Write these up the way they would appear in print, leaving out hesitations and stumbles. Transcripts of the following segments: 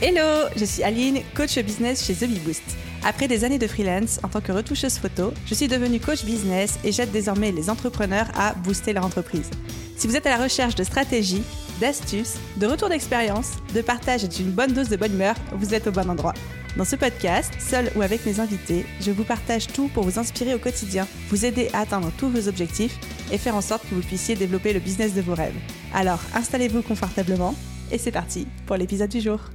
Hello, je suis Aline, coach business chez The Bee Boost. Après des années de freelance en tant que retoucheuse photo, je suis devenue coach business et j'aide désormais les entrepreneurs à booster leur entreprise. Si vous êtes à la recherche de stratégies, d'astuces, de retours d'expérience, de partage et d'une bonne dose de bonne humeur, vous êtes au bon endroit. Dans ce podcast, seul ou avec mes invités, je vous partage tout pour vous inspirer au quotidien, vous aider à atteindre tous vos objectifs et faire en sorte que vous puissiez développer le business de vos rêves. Alors, installez-vous confortablement et c'est parti pour l'épisode du jour.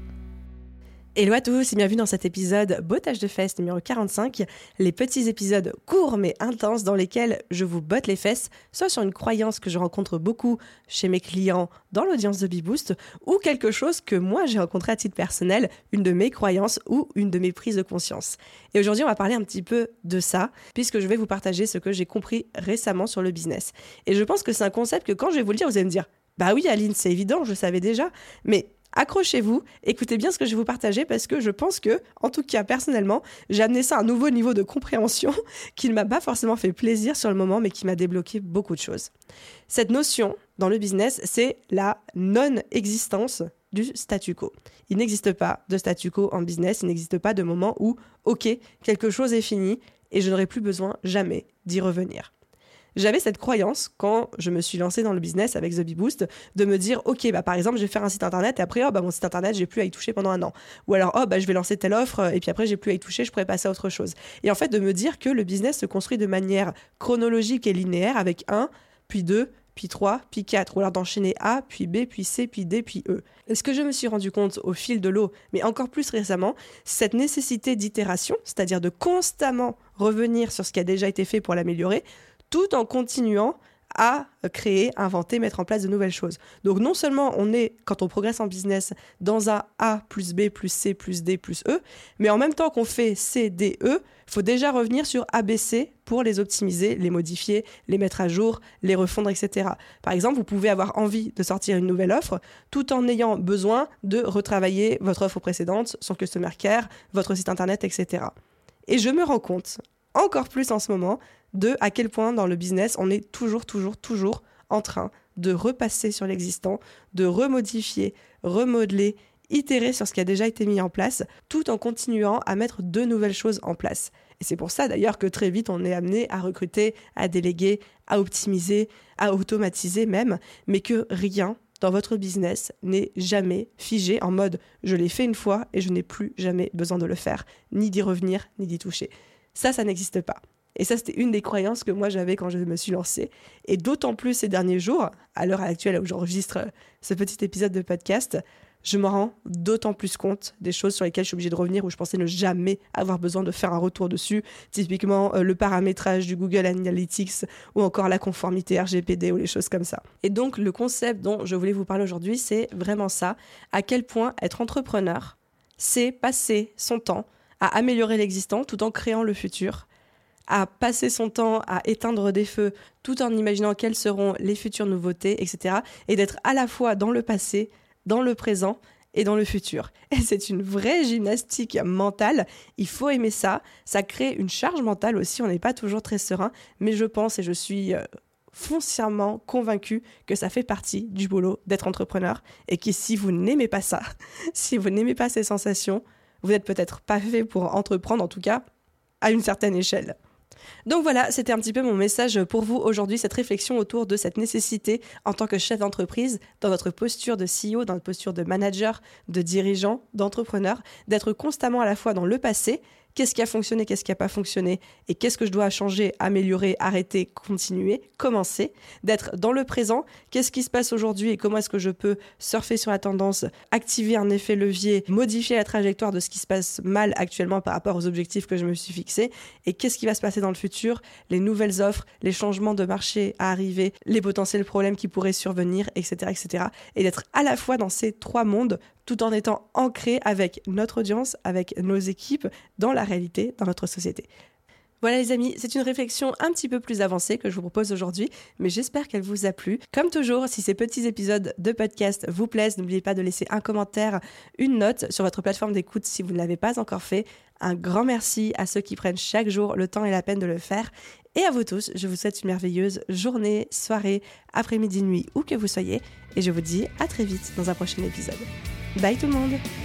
Hello à tous et bienvenue dans cet épisode Bottage de fesses numéro 45, les petits épisodes courts mais intenses dans lesquels je vous botte les fesses, soit sur une croyance que je rencontre beaucoup chez mes clients dans l'audience de Bee Boost, ou quelque chose que moi j'ai rencontré à titre personnel, une de mes croyances ou une de mes prises de conscience. Et aujourd'hui on va parler un petit peu de ça, puisque je vais vous partager ce que j'ai compris récemment sur le business. Et je pense que c'est un concept que quand je vais vous le dire, vous allez me dire « Bah oui Aline, c'est évident, je savais déjà », mais accrochez-vous, écoutez bien ce que je vais vous partager parce que je pense que, en tout cas personnellement, j'ai amené ça à un nouveau niveau de compréhension qui ne m'a pas forcément fait plaisir sur le moment mais qui m'a débloqué beaucoup de choses. Cette notion dans le business, c'est la non-existence du statu quo. Il n'existe pas de statu quo en business, il n'existe pas de moment où, ok, quelque chose est fini et je n'aurai plus besoin jamais d'y revenir. J'avais cette croyance, quand je me suis lancée dans le business avec The Bee Boost, de me dire, ok, par exemple, je vais faire un site internet et après, mon site internet, j'ai plus à y toucher pendant un an. Ou alors, je vais lancer telle offre et puis après, j'ai plus à y toucher, je pourrais passer à autre chose. Et en fait, de me dire que le business se construit de manière chronologique et linéaire avec 1, puis 2, puis 3, puis 4, ou alors d'enchaîner A, puis B, puis C, puis D, puis E. Et ce que je me suis rendu compte au fil de l'eau, mais encore plus récemment, cette nécessité d'itération, c'est-à-dire de constamment revenir sur ce qui a déjà été fait pour l'améliorer, tout en continuant à créer, inventer, mettre en place de nouvelles choses. Donc non seulement on est, quand on progresse en business, dans un A plus B plus C plus D plus E, mais en même temps qu'on fait C, D, E, il faut déjà revenir sur A, B, C pour les optimiser, les modifier, les mettre à jour, les refondre, etc. Par exemple, vous pouvez avoir envie de sortir une nouvelle offre tout en ayant besoin de retravailler votre offre précédente, son customer care, votre site internet, etc. Et je me rends compte, encore plus en ce moment, de à quel point dans le business, on est toujours en train de repasser sur l'existant, de remodifier, remodeler, itérer sur ce qui a déjà été mis en place, tout en continuant à mettre de nouvelles choses en place. Et c'est pour ça d'ailleurs que très vite, on est amené à recruter, à déléguer, à optimiser, à automatiser même, mais que rien dans votre business n'est jamais figé en mode « je l'ai fait une fois et je n'ai plus jamais besoin de le faire, ni d'y revenir, ni d'y toucher ». Ça n'existe pas. Et ça, c'était une des croyances que moi j'avais quand je me suis lancée. Et d'autant plus ces derniers jours, à l'heure actuelle où j'enregistre ce petit épisode de podcast, je m'en rends d'autant plus compte des choses sur lesquelles je suis obligée de revenir, où je pensais ne jamais avoir besoin de faire un retour dessus. Typiquement, le paramétrage du Google Analytics ou encore la conformité RGPD ou les choses comme ça. Et donc, le concept dont je voulais vous parler aujourd'hui, c'est vraiment ça. À quel point être entrepreneur, c'est passer son temps à améliorer l'existant tout en créant le futur, à passer son temps à éteindre des feux tout en imaginant quelles seront les futures nouveautés, etc. Et d'être à la fois dans le passé, dans le présent et dans le futur. Et c'est une vraie gymnastique mentale. Il faut aimer ça. Ça crée une charge mentale aussi. On n'est pas toujours très serein. Mais je pense et je suis foncièrement convaincue que ça fait partie du boulot d'être entrepreneur. Et que si vous n'aimez pas ça, si vous n'aimez pas ces sensations, vous n'êtes peut-être pas fait pour entreprendre, en tout cas, à une certaine échelle. Donc voilà, c'était un petit peu mon message pour vous aujourd'hui, cette réflexion autour de cette nécessité en tant que chef d'entreprise, dans notre posture de CEO, dans notre posture de manager, de dirigeant, d'entrepreneur, d'être constamment à la fois dans le passé, qu'est-ce qui a fonctionné, qu'est-ce qui n'a pas fonctionné et qu'est-ce que je dois changer, améliorer, arrêter, continuer, commencer, d'être dans le présent, qu'est-ce qui se passe aujourd'hui et comment est-ce que je peux surfer sur la tendance, activer un effet levier, modifier la trajectoire de ce qui se passe mal actuellement par rapport aux objectifs que je me suis fixés et qu'est-ce qui va se passer dans le futur, les nouvelles offres, les changements de marché à arriver, les potentiels problèmes qui pourraient survenir, etc., etc. Et d'être à la fois dans ces trois mondes tout en étant ancré avec notre audience, avec nos équipes, dans la réalité, dans notre société. Voilà les amis, c'est une réflexion un petit peu plus avancée que je vous propose aujourd'hui, mais j'espère qu'elle vous a plu. Comme toujours, si ces petits épisodes de podcast vous plaisent, n'oubliez pas de laisser un commentaire, une note sur votre plateforme d'écoute si vous ne l'avez pas encore fait. Un grand merci à ceux qui prennent chaque jour le temps et la peine de le faire. Et à vous tous, je vous souhaite une merveilleuse journée, soirée, après-midi, nuit, où que vous soyez. Et je vous dis à très vite dans un prochain épisode. Bye tout le monde!